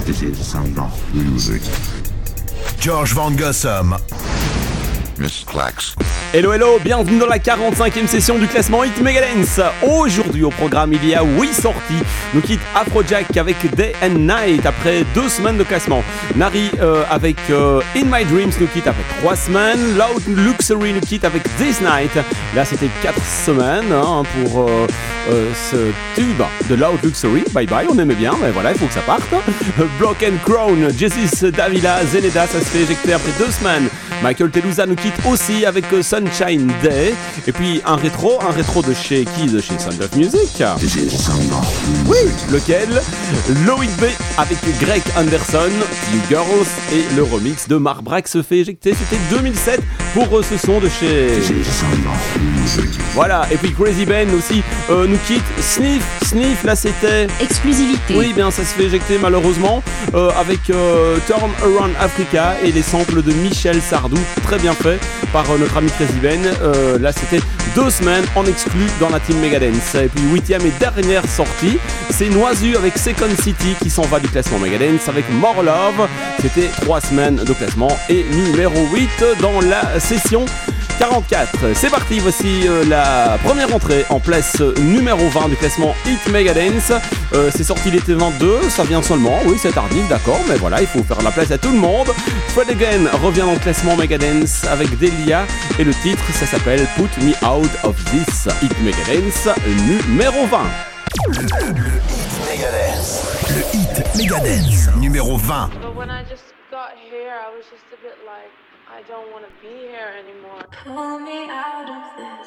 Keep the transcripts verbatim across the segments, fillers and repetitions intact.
This is Sound of Music. George Van Gossum. Miss Clax. Hello hello, bienvenue dans la quarante-cinquième session du classement Hit Megadance. Aujourd'hui au programme il y a huit sorties. Nous quitte Afrojack avec Day and Night après deux semaines de classement. Nari euh, avec euh, In My Dreams nous quitte après trois semaines. Loud Luxury nous quitte avec This Night. Là c'était quatre semaines hein, pour euh, euh, ce tube de Loud Luxury. Bye bye, on aimait bien mais voilà il faut que ça parte. Block and Crown, Jesus Davila, Zeneda, ça se fait éjecter après deux semaines. Michael Telusa nous quitte aussi avec euh, Sunshine Day. Et puis un rétro, un rétro de chez qui? De chez Sound of Music. This is Sound of Music. Oui, lequel? Loïc B avec Greg Anderson, You Girls et le remix de Mark Brack se fait éjecter. C'était deux mille sept pour euh, ce son de chez... This is Sound of Music. Voilà, et puis Crazy Ben aussi euh, nous quitte. Sniff, Sniff, là c'était... Exclusivité. Oui, bien ça se fait éjecter malheureusement euh, avec euh, Turn Around Africa et les samples de Michel Sardou, très bien fait par euh, notre ami Crazy Ben. Euh, là c'était deux semaines en exclu dans la team Megadance. Et puis huitième et dernière sortie, c'est Noisu avec Second City qui s'en va du classement Megadance avec More Love. C'était trois semaines de classement et numéro huit dans la session quarante-quatre. C'est parti, voici euh, la première entrée en place euh, numéro vingt du classement Hit Megadance. Euh, c'est sorti l'été vingt-deux, ça vient seulement, oui c'est tardif d'accord, mais voilà, il faut faire la place à tout le monde. Fred Again revient dans le classement Megadance avec Delia et le titre ça s'appelle Put Me Out of This. Hit Megadance numéro vingt. Le, le, le Hit Megadance. Le Hit Megadance numéro vingt. But when I just got here, I was just a bit like, I don't want to be here anymore. Pull me out of this.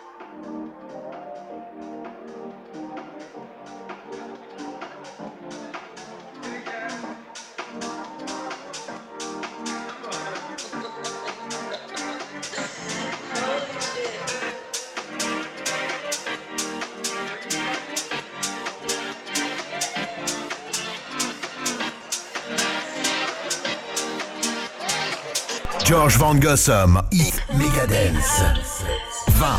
George Van Gossum. Hit Megadance. vingt.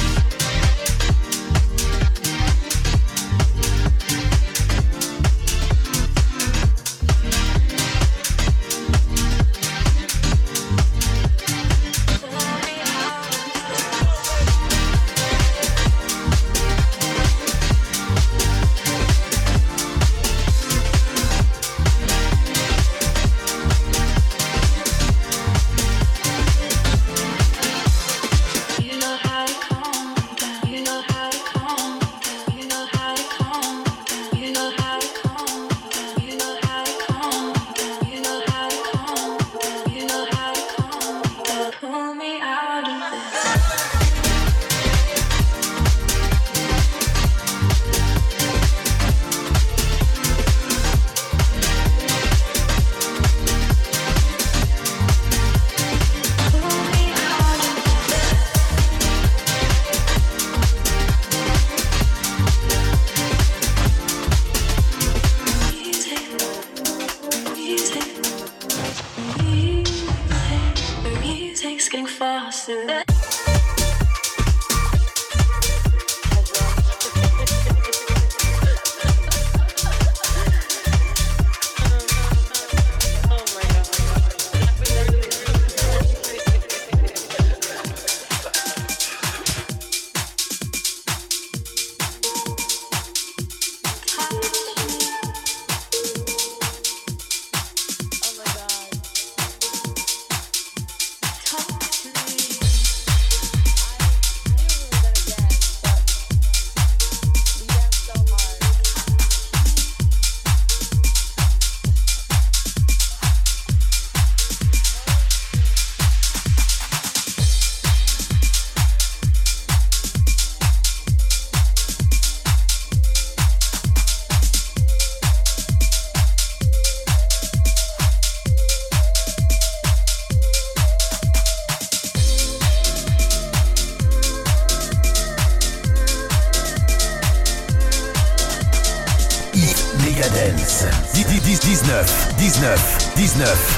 Megadance. dix-neuf, dix-neuf, dix-neuf.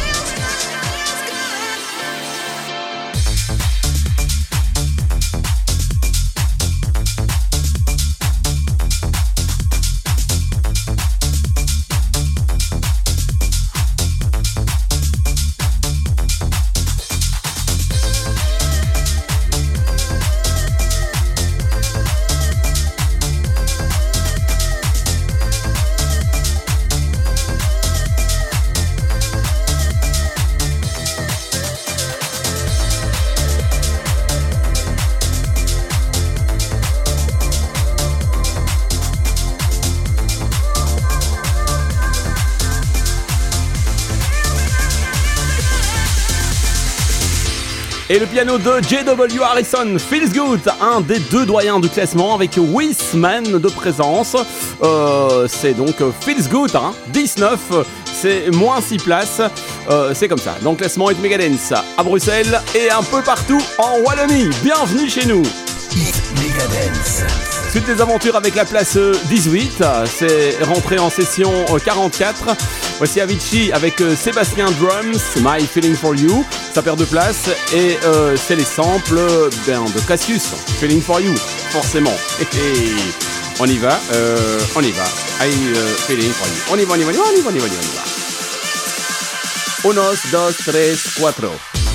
Et le piano de J W Harrison, Feels Good, un des deux doyens du classement avec Wisman de présence. Euh, c'est donc Feels Good, hein, dix-neuf, c'est moins six places. Euh, c'est comme ça. Dans le classement Hit Megadance à Bruxelles et un peu partout en Wallonie. Bienvenue chez nous. Hit Megadance. Suite des aventures avec la place dix-huit, c'est rentré en session quarante-quatre. Voici Avicii avec Sébastien Drums, My Feeling For You, ça perd de place et euh, c'est les samples ben, de Cassius, Feeling For You, forcément. Et on y va, euh, on y va, I uh, Feeling For You. On y va, on y va, on y va, on y va, on y va, on y va. Unos, dos, tres, cuatro.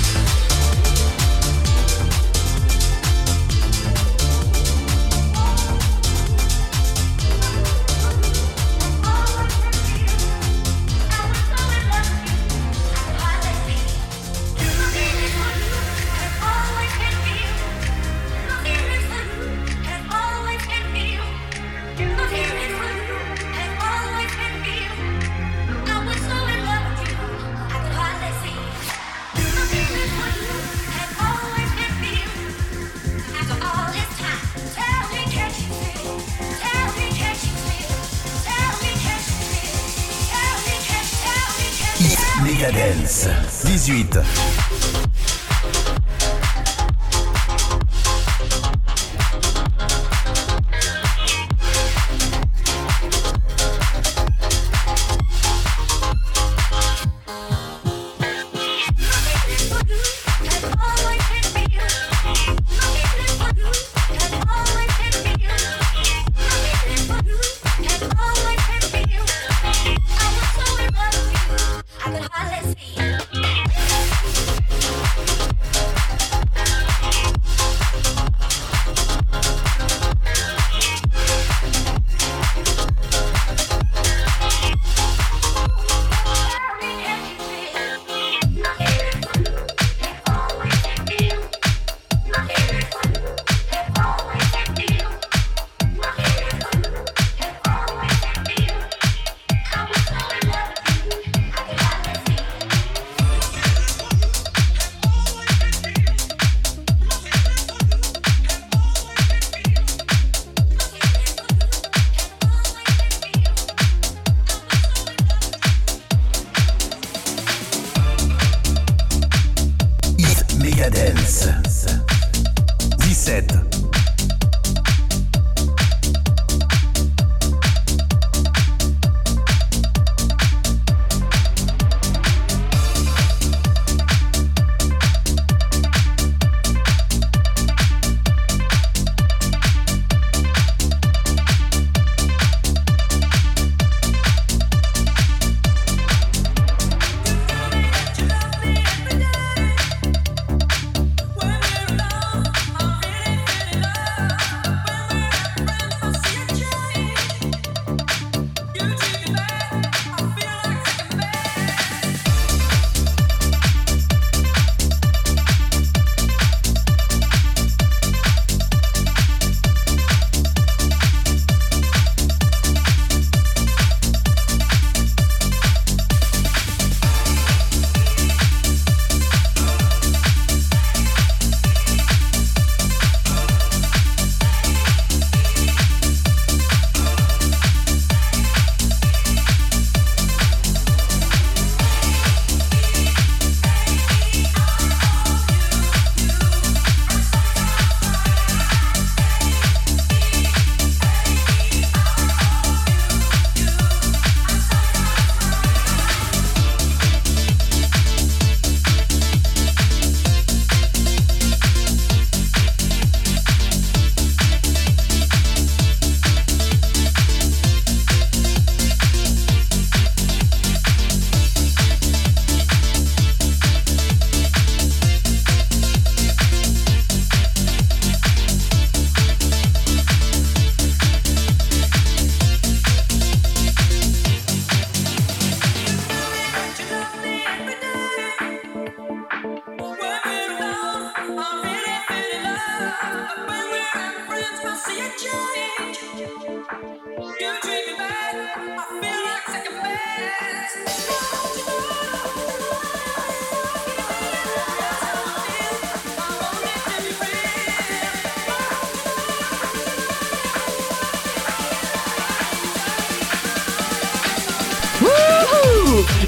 Megadance dix-huit. I could hardly see.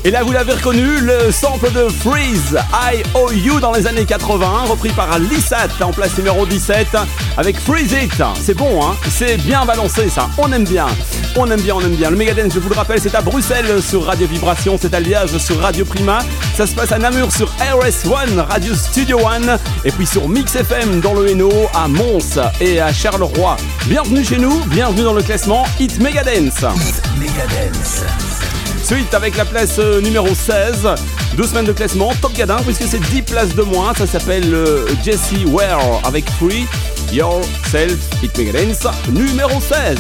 Et là, vous l'avez reconnu, le sample de Freeze, I O U dans les années quatre-vingts, repris par Lissat en place numéro dix-sept avec Freeze It. C'est bon, hein, c'est bien balancé ça, on aime bien. On aime bien, on aime bien. Le Megadance, je vous le rappelle, c'est à Bruxelles sur Radio Vibration, c'est à Liège sur Radio Prima. Ça se passe à Namur sur R S un, Radio Studio un. Et puis sur Mix F M dans le Hainaut, à Mons et à Charleroi. Bienvenue chez nous, bienvenue dans le classement Hit Megadance. Hit Megadance. Suite avec la place numéro seize. Deux semaines de classement, top gadin, puisque c'est dix places de moins. Ça s'appelle euh, Jesse Ware avec Free Yourself Hit Megadance numéro seize.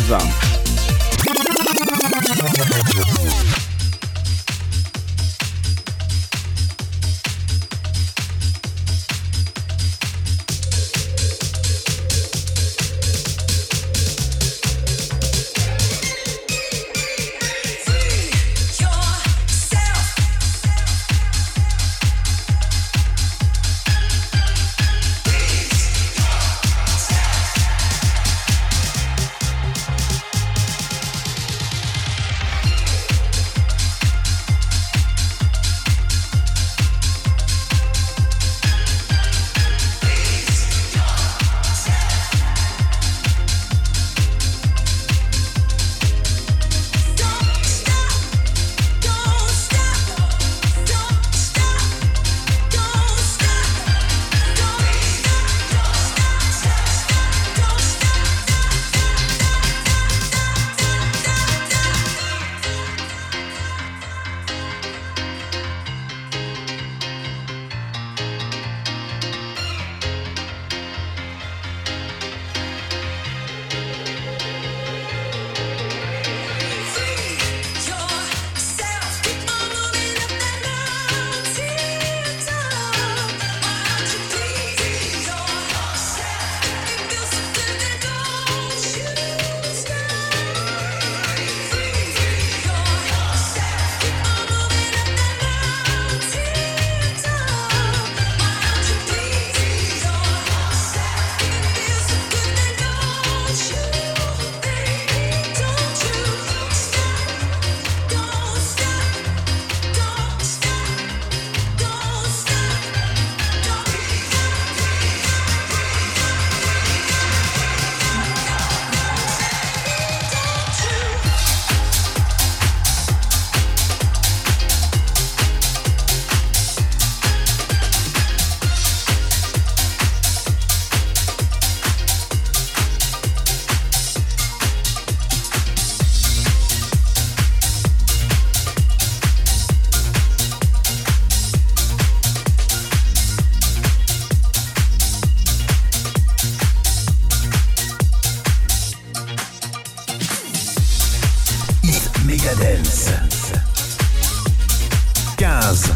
quinze.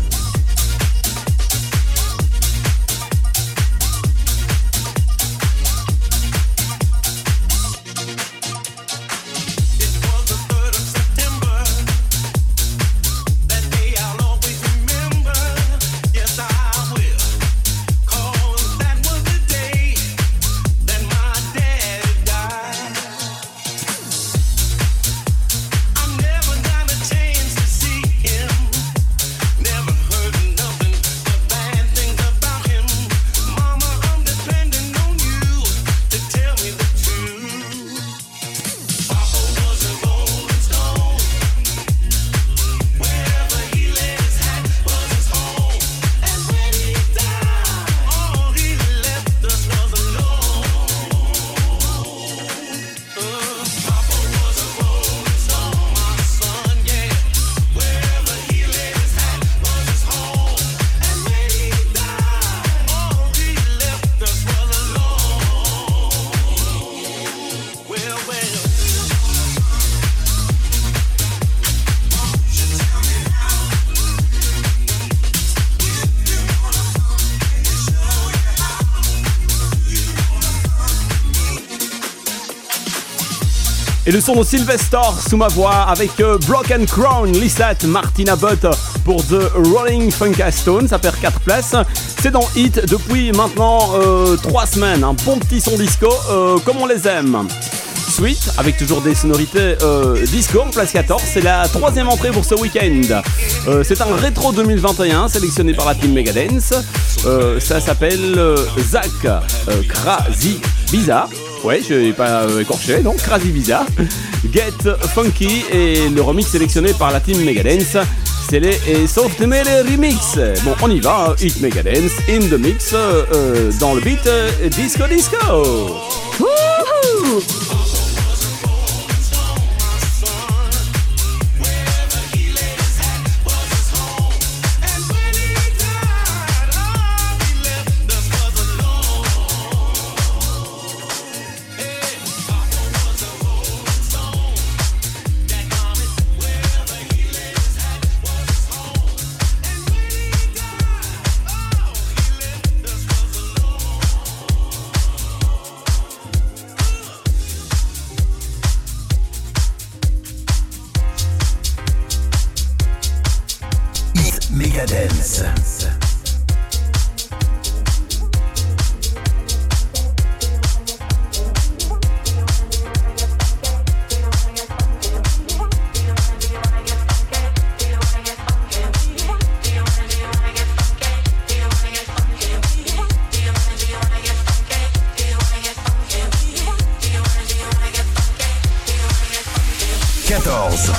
Et le son de Sylvester sous ma voix avec euh, Broken Crown, Lissat, Martina Butt pour The Rolling Funkastone. Ça perd quatre places. C'est dans Hit depuis maintenant euh, trois semaines. Un bon petit son disco euh, comme on les aime. Suite, avec toujours des sonorités euh, disco en place quatorze. C'est la troisième entrée pour ce week-end. Euh, c'est un rétro deux mille vingt et un sélectionné par la team Megadance. Euh, ça s'appelle euh, Zach euh, Crazy Bizarre. Ouais, je n'ai pas euh, écorché, donc Crazy Bizarre. Get Funky et le remix sélectionné par la team Megadance. C'est les et Soft Melee Remix. Bon, on y va, hein. Hit Megadance in the mix euh, euh, dans le beat euh, Disco Disco. Wouhou! Megadance. quatorze.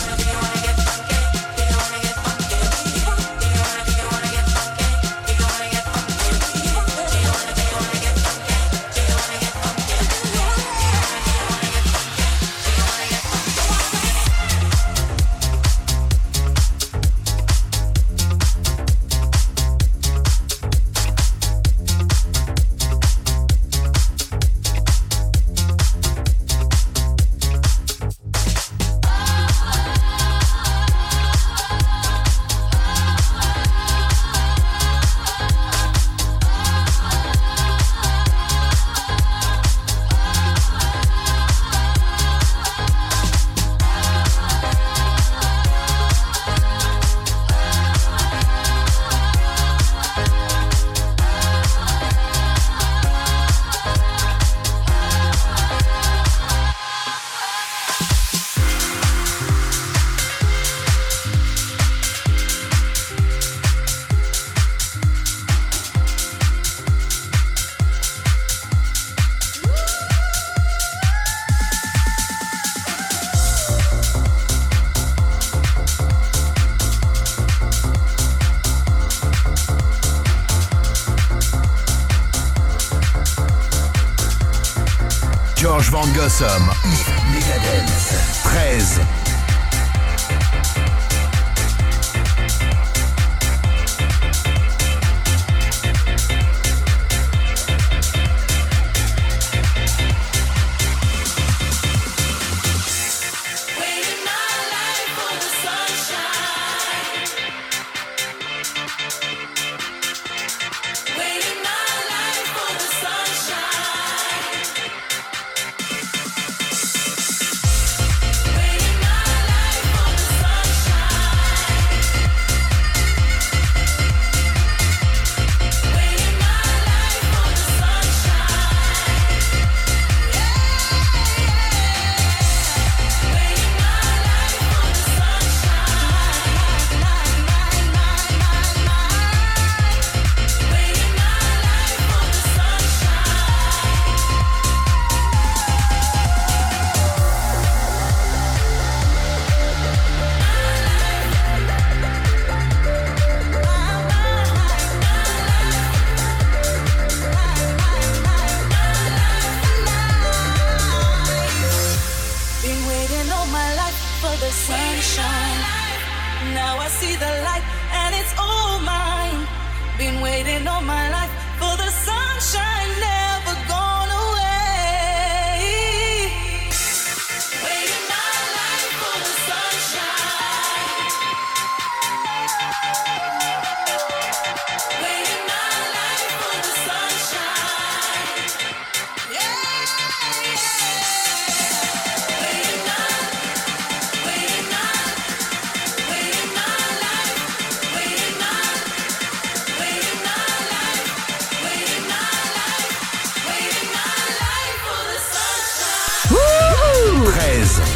George Van Gossum, Megadance, treize.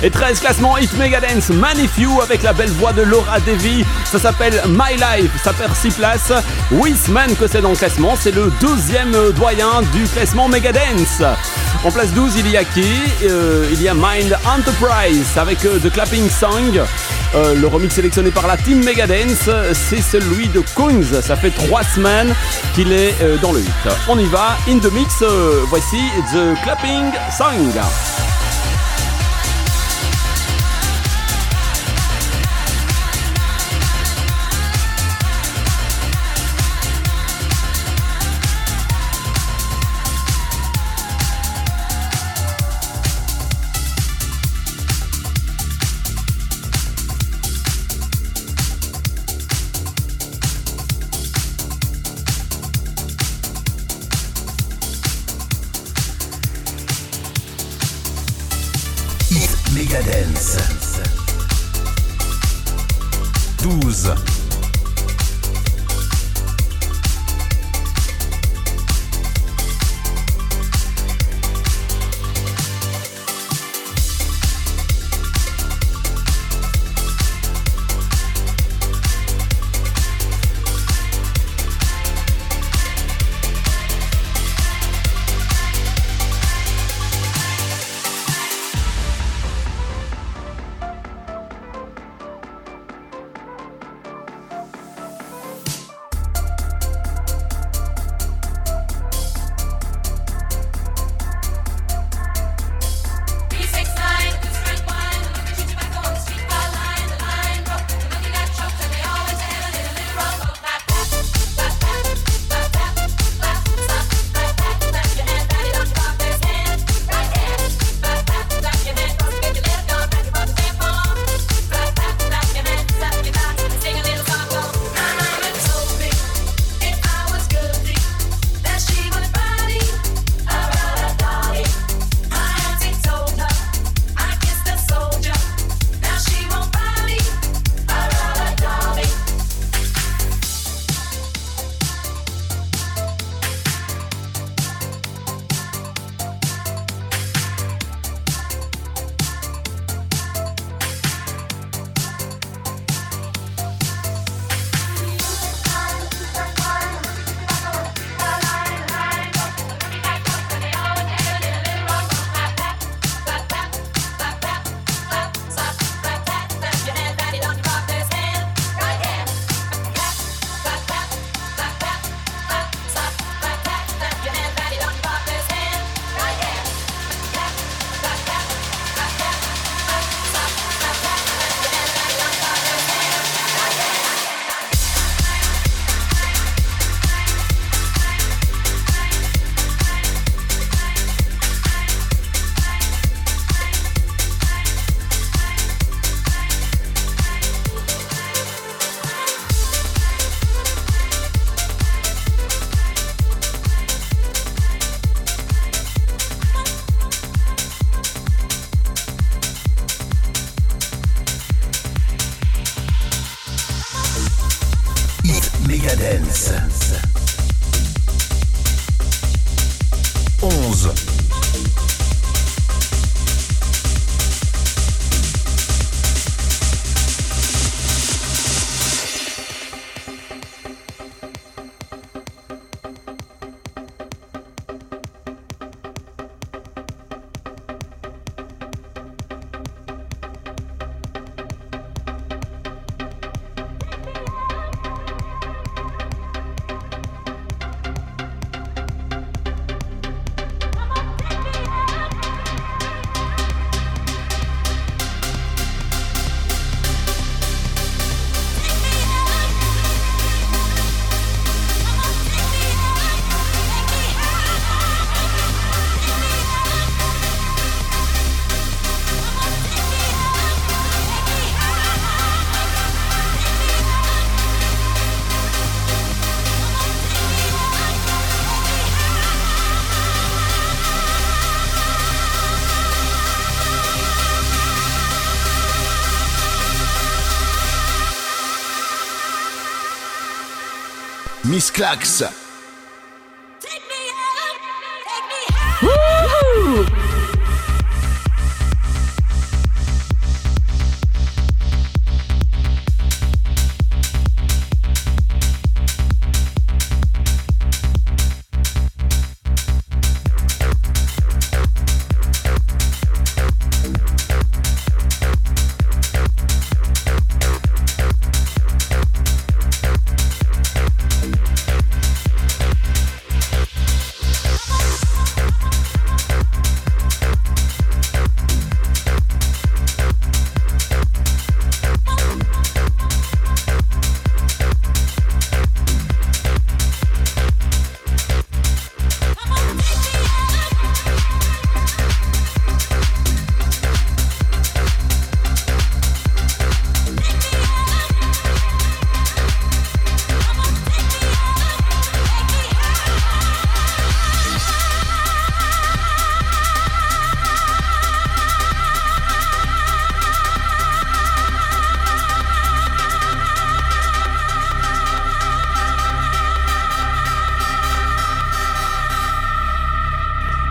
Et treize classements Hit Megadance, Man If You avec la belle voix de Laura Devi. Ça s'appelle My Life, ça perd six places. Wisman que c'est dans le classement, c'est le deuxième doyen du classement Megadance. En place douze, il y a qui euh, Il y a Mind Enterprise avec euh, The Clapping Song. Euh, le remix sélectionné par la team Megadance, c'est celui de Kungs. Ça fait trois semaines qu'il est euh, dans le hit. On y va, in the mix, euh, voici The Clapping Song. Megadance. douze. Megadance. onze. Miss Clax.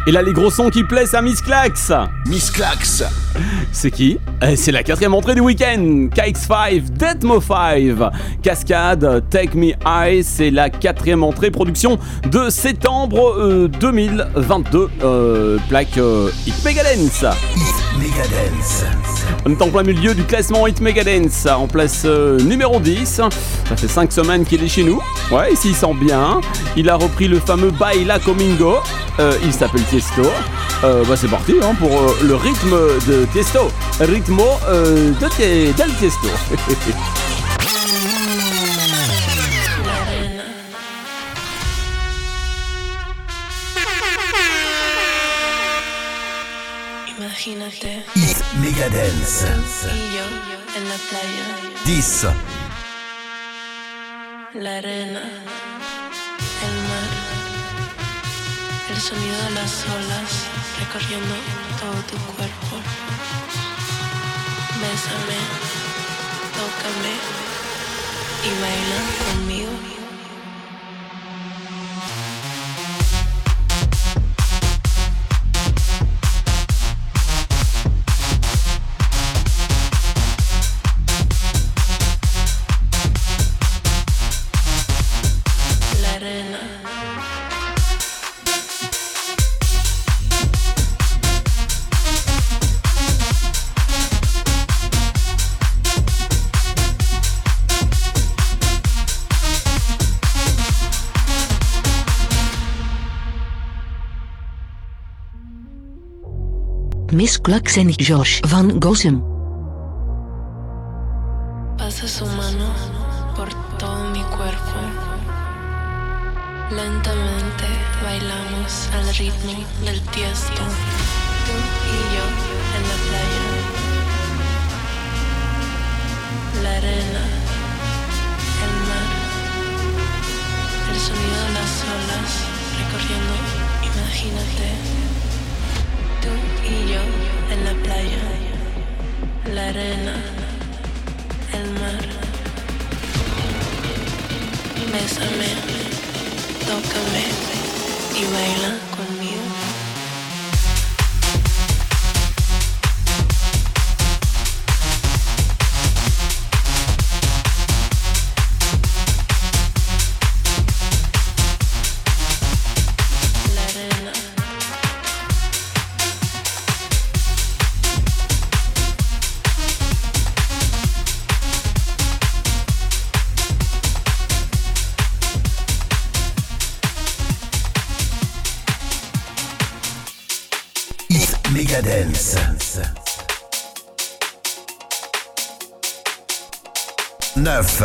Et là, les gros sons qui plaisent à Miss Clax. Miss Clax. C'est qui? C'est la quatrième entrée du week-end. K X cinq, Deathmo cinq. Cascade, Take Me High. C'est la quatrième entrée, production de septembre euh, deux mille vingt-deux. Euh, plaque euh, Hit Megadance. Hit Megadance. On est en plein milieu du classement Hit Megadance, en place euh, numéro dix. Ça fait cinq semaines qu'il est chez nous. Ouais, il s'y sent bien. Il a repris le fameux Baila Comingo. Euh, il s'appelle Tiesto. Euh, bah c'est parti hein, pour euh, le rythme de Tiesto. Ritmo euh, de t- del Tiesto. Imagínate. Hit Megadance. Y yo en la playa. dix. La arena. El mar. El sonido de las olas recorriendo todo tu cuerpo. Bésame, tócame y baila conmigo. La arena. Miss Clax en Josh Van Gossem. Pasa su mano por todo mi cuerpo. Lentamente bailamos al ritmo del Tiesto. Tú y yo en la playa. La arena, el mar, el sonido de las olas recorriendo. Imagínate. Tú y yo en la playa, la arena, el mar. Bésame, tócame y baila conmigo. Megadance. neuf.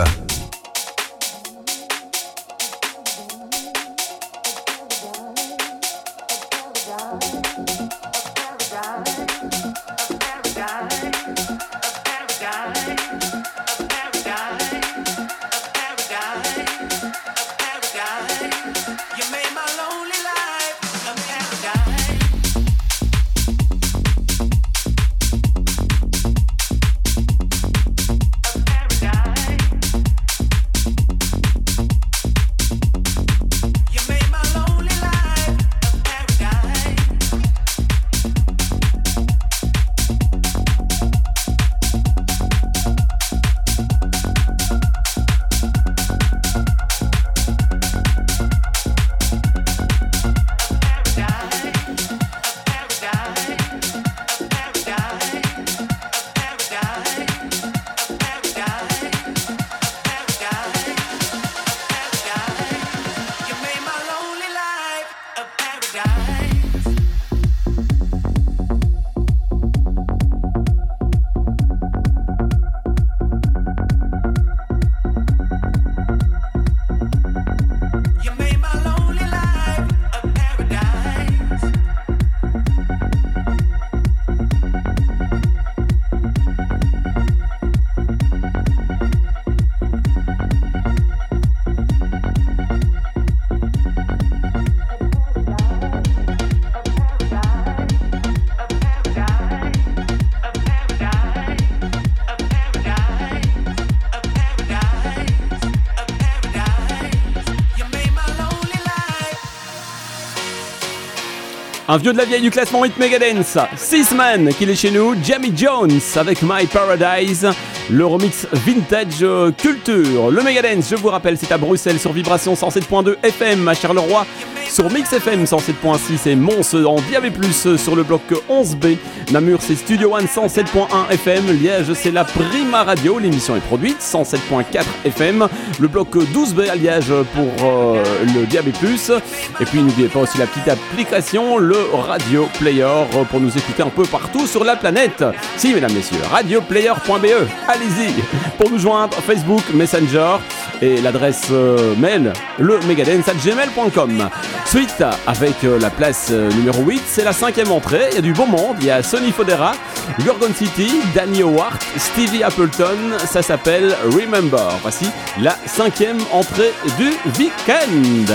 Un vieux de la vieille du classement Hit Megadance, Six Man qui est chez nous, Jamie Jones avec My Paradise, le remix vintage culture. Le Megadance, je vous rappelle, c'est à Bruxelles sur Vibration cent sept point deux F M, à Charleroi sur Mix F M cent sept point six et Mons en D A B plus, sur le bloc onze B. Namur, c'est Studio One cent sept point un F M. Liège, c'est la Prima Radio. L'émission est produite cent sept point quatre F M. Le bloc douze B à Liège pour euh, le D A B plus. Et puis n'oubliez pas aussi la petite application, le Radio Player, pour nous écouter un peu partout sur la planète. Si, mesdames, messieurs, radioplayer point b e. Allez-y. Pour nous joindre, Facebook, Messenger et l'adresse euh, mail, le megadance arobase gmail point com. Suite, avec euh, la place euh, numéro huit, c'est la cinquième entrée. Il y a du beau monde. Il y a Sonny Fodera, Gorgon City, Danny Howard, Stevie Appleton. Ça s'appelle Remember. Voici la cinquième entrée du week-end.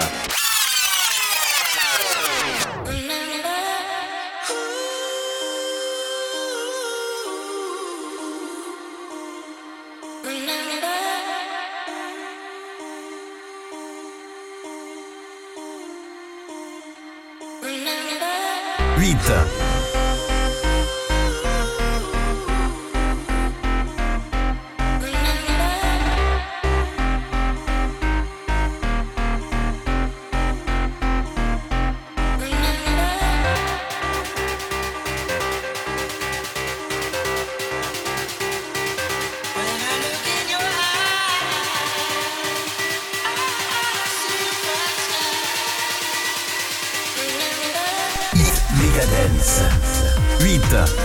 huit. Megadance. huit.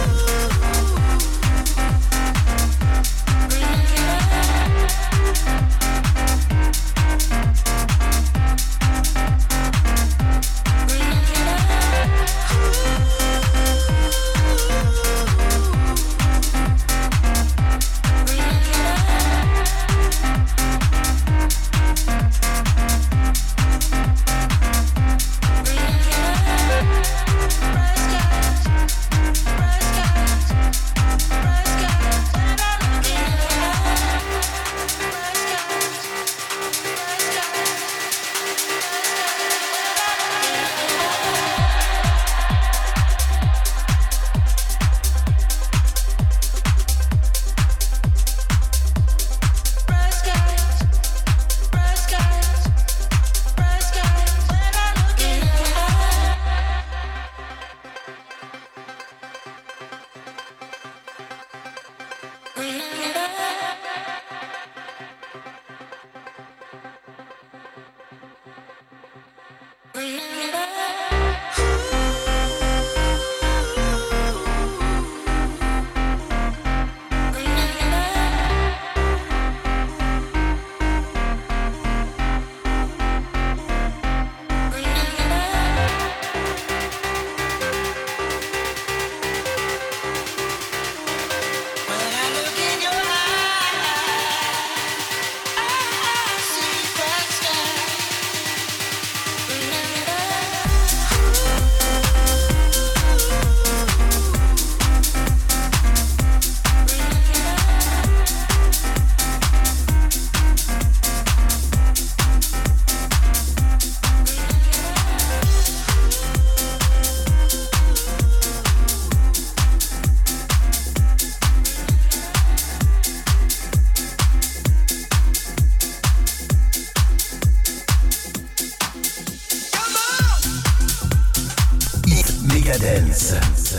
Megadance.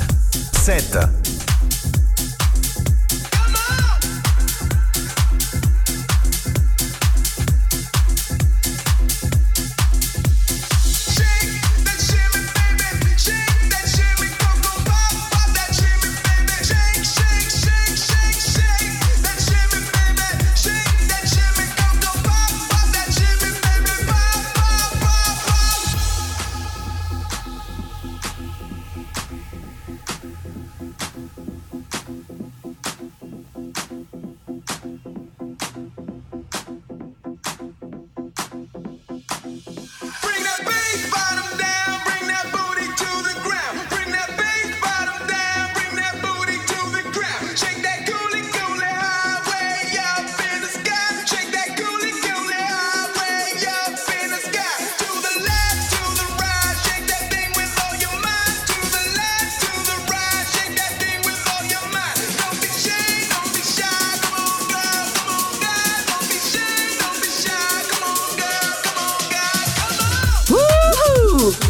sept.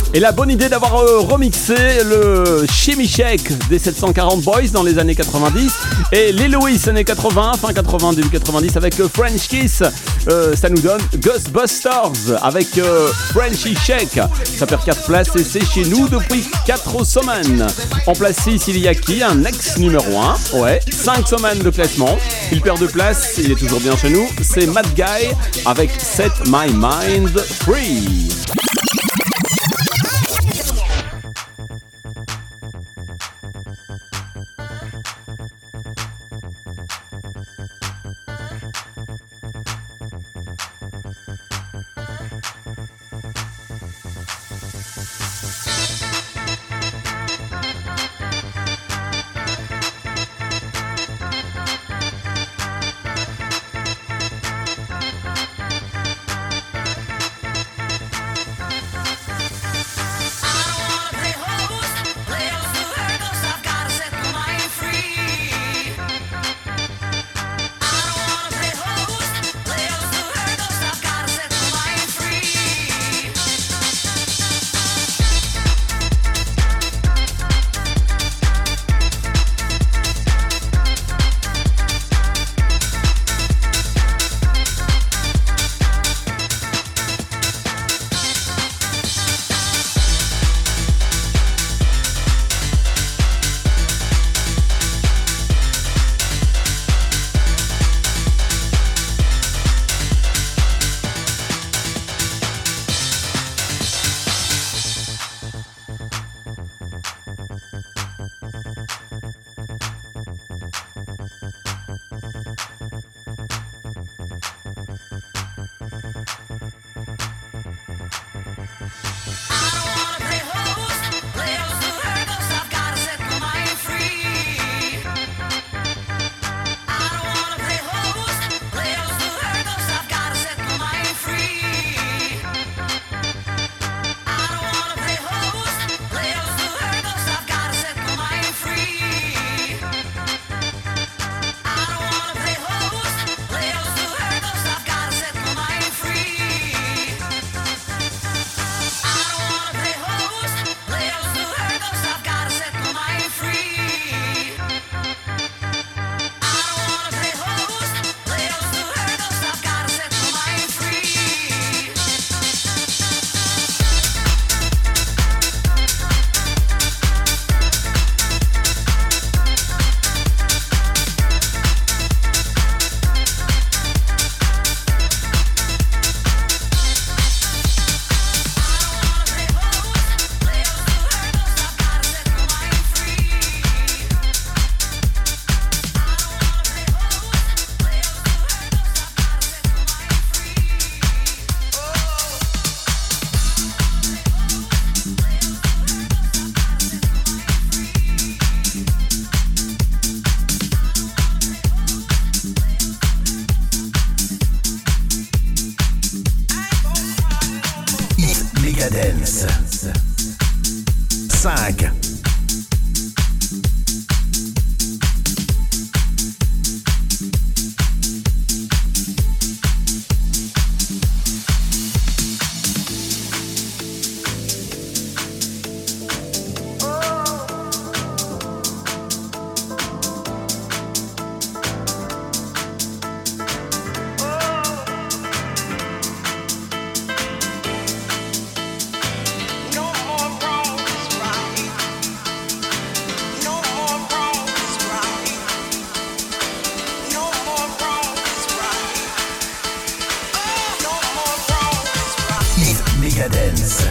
Et la bonne idée d'avoir euh, remixé le Shimmy Shake des sept cent quarante Boys dans les années quatre-vingt-dix et les Louis années quatre-vingts, fin quatre-vingts, début quatre-vingt-dix avec euh, French Kiss. Euh, ça nous donne Ghostbusters avec euh, Frenchy Shake. Ça perd quatre places et c'est chez nous depuis quatre semaines. En place six, il y a qui? Un ex numéro un. Ouais, cinq semaines de classement. Il perd deux places, il est toujours bien chez nous. C'est Mad Guy avec Set My Mind Free. Megadance. cinq. Megadance.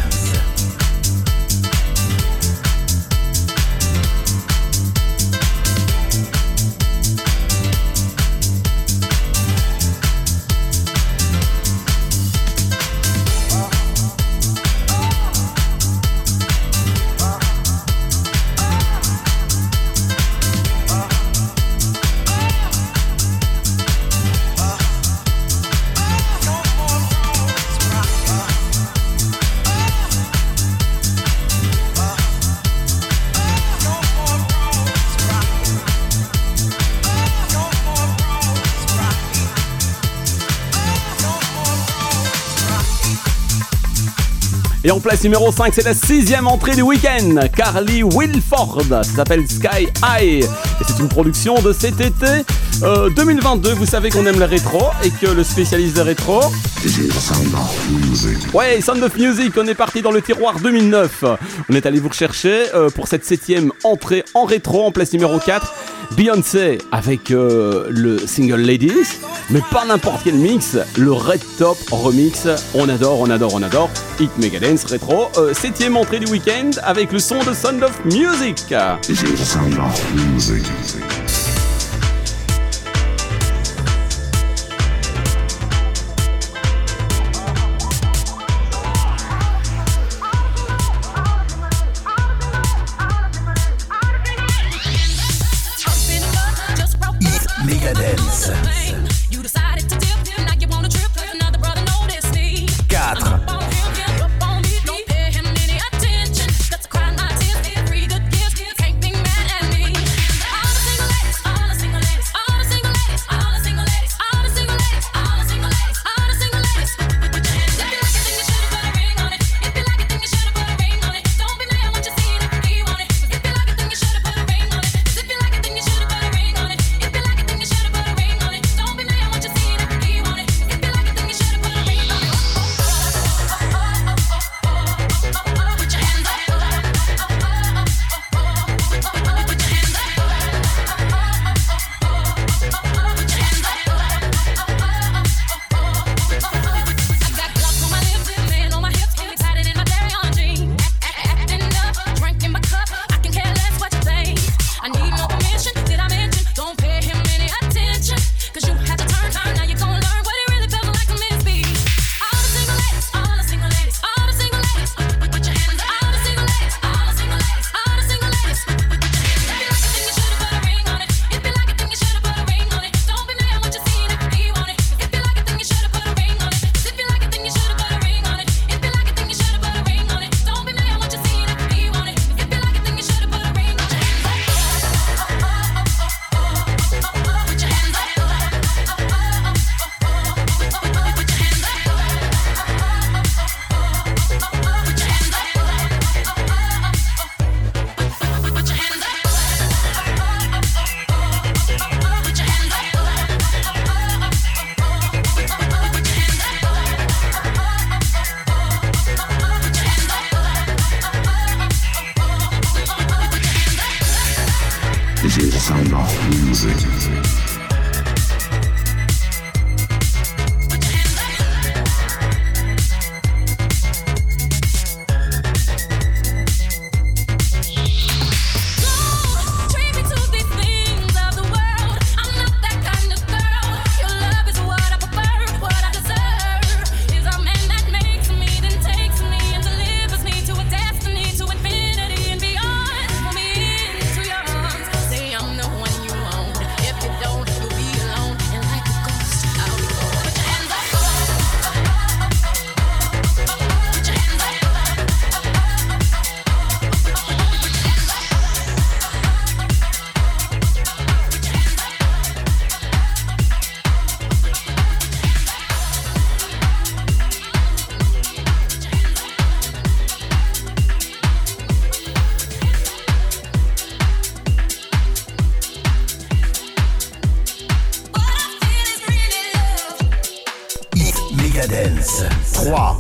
Et en place numéro cinq, c'est la sixième entrée du week-end. Carly Wilford, ça s'appelle Sky High. Et c'est une production de cet été euh, deux mille vingt-deux. Vous savez qu'on aime le rétro et que le spécialiste de rétro... Sound of Music. Ouais, Sound of Music, on est parti dans le tiroir deux mille neuf. On est allé vous rechercher euh, pour cette septième entrée en rétro, en place numéro quatre. Beyoncé avec euh, le single Ladies, mais pas n'importe quel mix, le Red Top Remix. On adore, on adore, on adore. Hit Megadance rétro, euh, septième entrée du week-end avec le son de Sound of Music. Sound of Music. Megadance. quatre. Sound of Music. Megadance trois.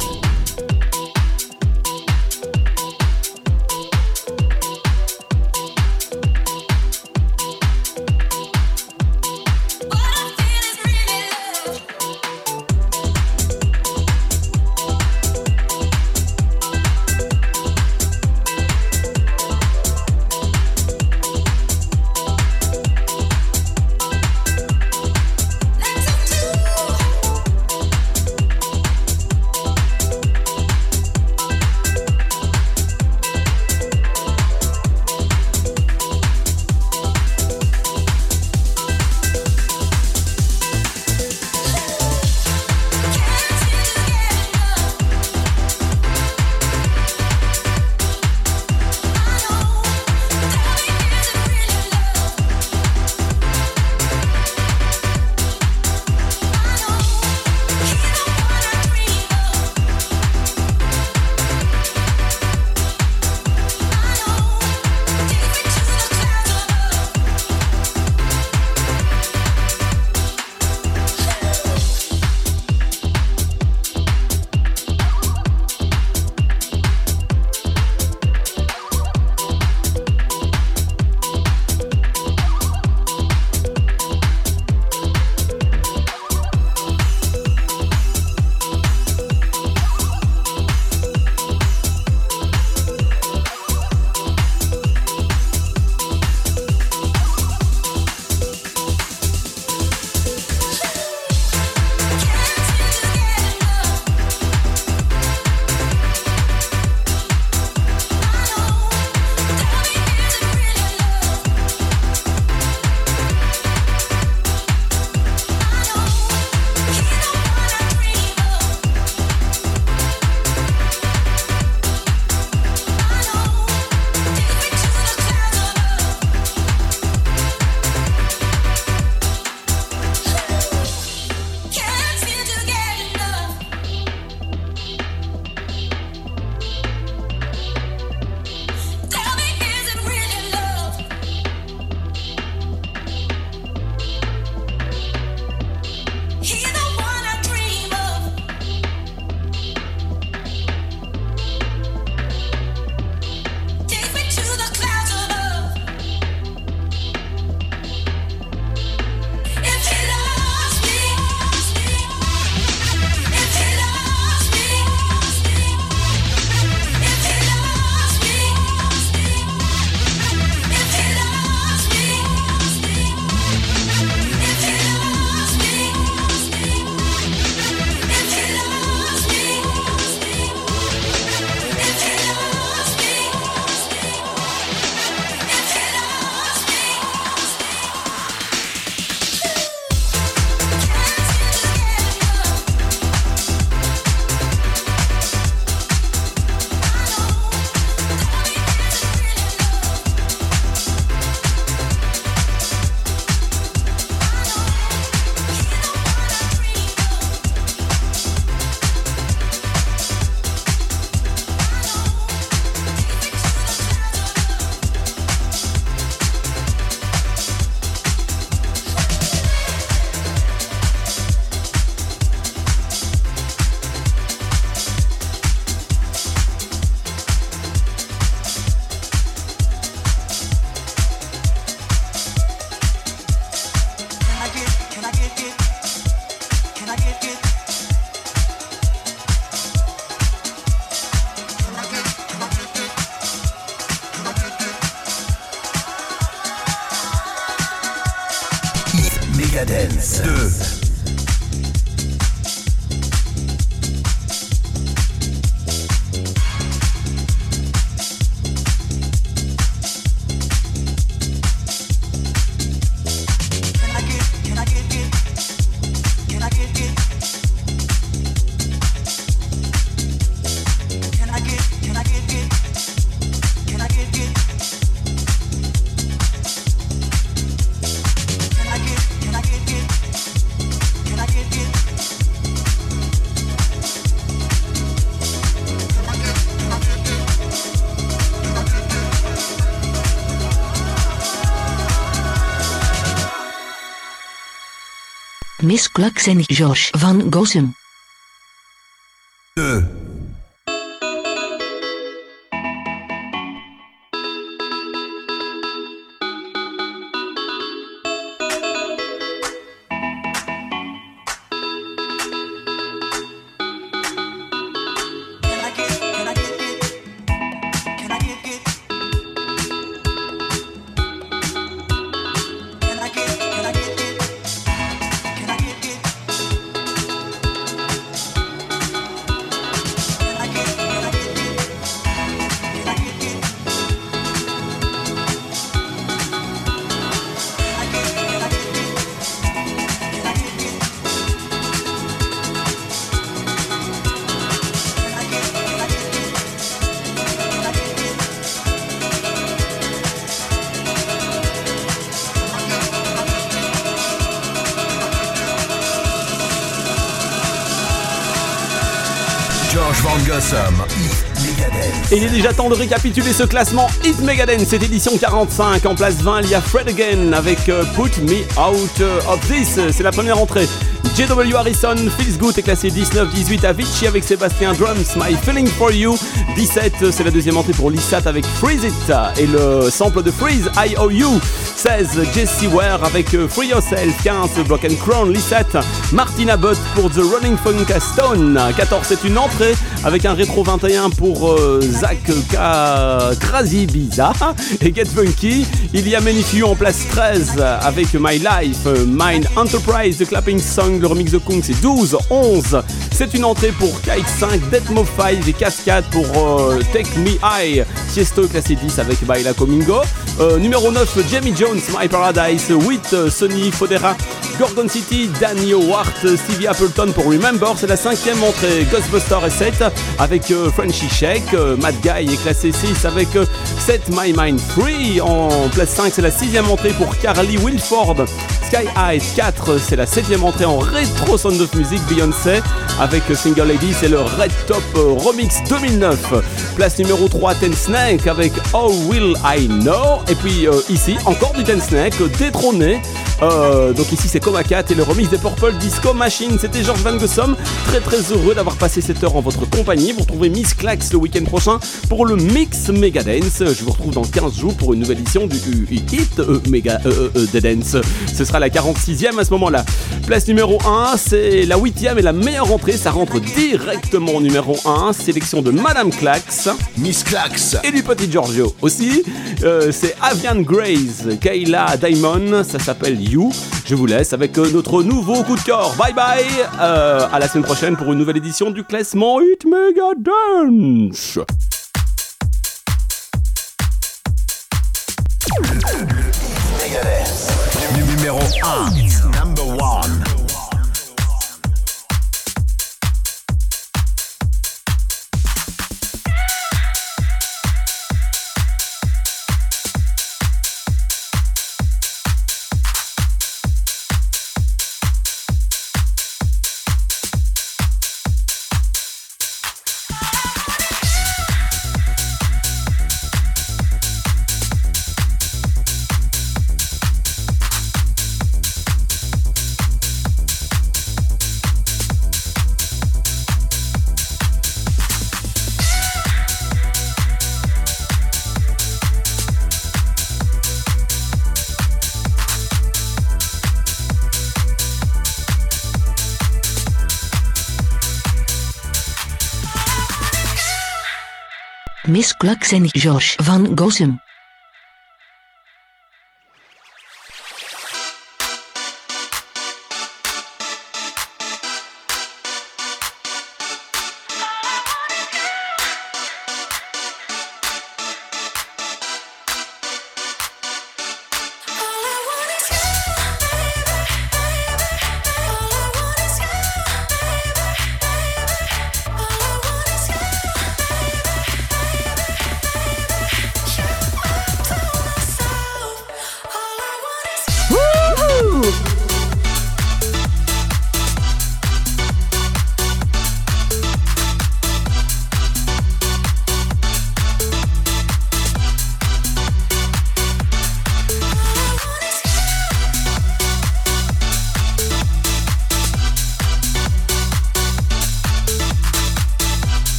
Megadance deux. Miss Clux en Josh van Gossem. deux. Josh Van Gossem, Hit Megadance. Et il est déjà temps de récapituler ce classement Hit Megadance, cette édition quarante-cinq. En place vingt, il y a Fred Again avec euh, Put Me Out of This. C'est la première entrée. J W Harrison, Feels Good est classé dix-neuf. dix-huit, Avicii avec Sébastien Drums, My Feeling For You. dix-sept, c'est la deuxième entrée pour Lissat avec Freeze It et le sample de Freeze, I O U. seize, Jessie Ware avec Free Yourself. quinze, Broken Crown, Lissat. Martina Butt pour The Rolling Funka Stone. quatorze, c'est une entrée avec un rétro vingt et un pour euh, Zach K. Crazy Biza et Get Funky. Il y a Many en place treize avec My Life, Mind Enterprise, The Clapping Song, le remix de Kung, c'est douze. onze, c'est une entrée pour Kite cinq, Deathmo cinq et Cascade pour euh, Take Me High. Tiesto classé dix avec Baila Comingo. Euh, numéro neuf, Jamie Jones, My Paradise. huit, Sonny Fodera, Gorgon City, Danny Howard, Stevie Appleton pour Remember. C'est la cinquième entrée. Ghostbuster est sept avec euh, Frenchy Shake. euh, Mad Guy est classé six avec euh, Set My Mind Free. En place cinq, c'est la sixième entrée pour Carly Wilford. Sky High quatre, c'est la septième entrée en rétro sound of music. Beyoncé avec Single Lady, c'est le Red Top Remix deux mille neuf. Place numéro trois, Ten Snake avec How Will I Know. Et puis euh, ici, encore du Ten Snake, détrôné. Euh, donc ici c'est Coma quatre et le remix des Purple Disco Machine. C'était George Van Gossem, très très heureux d'avoir passé cette heure en votre compagnie. Vous retrouvez Miss Clax le week-end prochain pour le Mix Megadance. Je vous retrouve dans quinze jours pour une nouvelle édition du Hit euh, Mega euh, euh, de Dance. Ce sera la quarante-sixième à ce moment-là. Place numéro un, c'est la huitième et la meilleure entrée. Ça rentre directement au numéro un. Sélection de Madame Clax, Miss Clax et du petit Giorgio aussi. Euh, c'est Avian Grace, Kayla Diamond. Ça s'appelle You. Je vous laisse avec notre nouveau coup de cœur. Bye bye. Euh, à la semaine prochaine pour une nouvelle édition du classement Hit Megadance. Megadance. Numéro un. Number one. Miss Clux en Josh Van Gossem.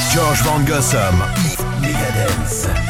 George Van Gossum, Megadance.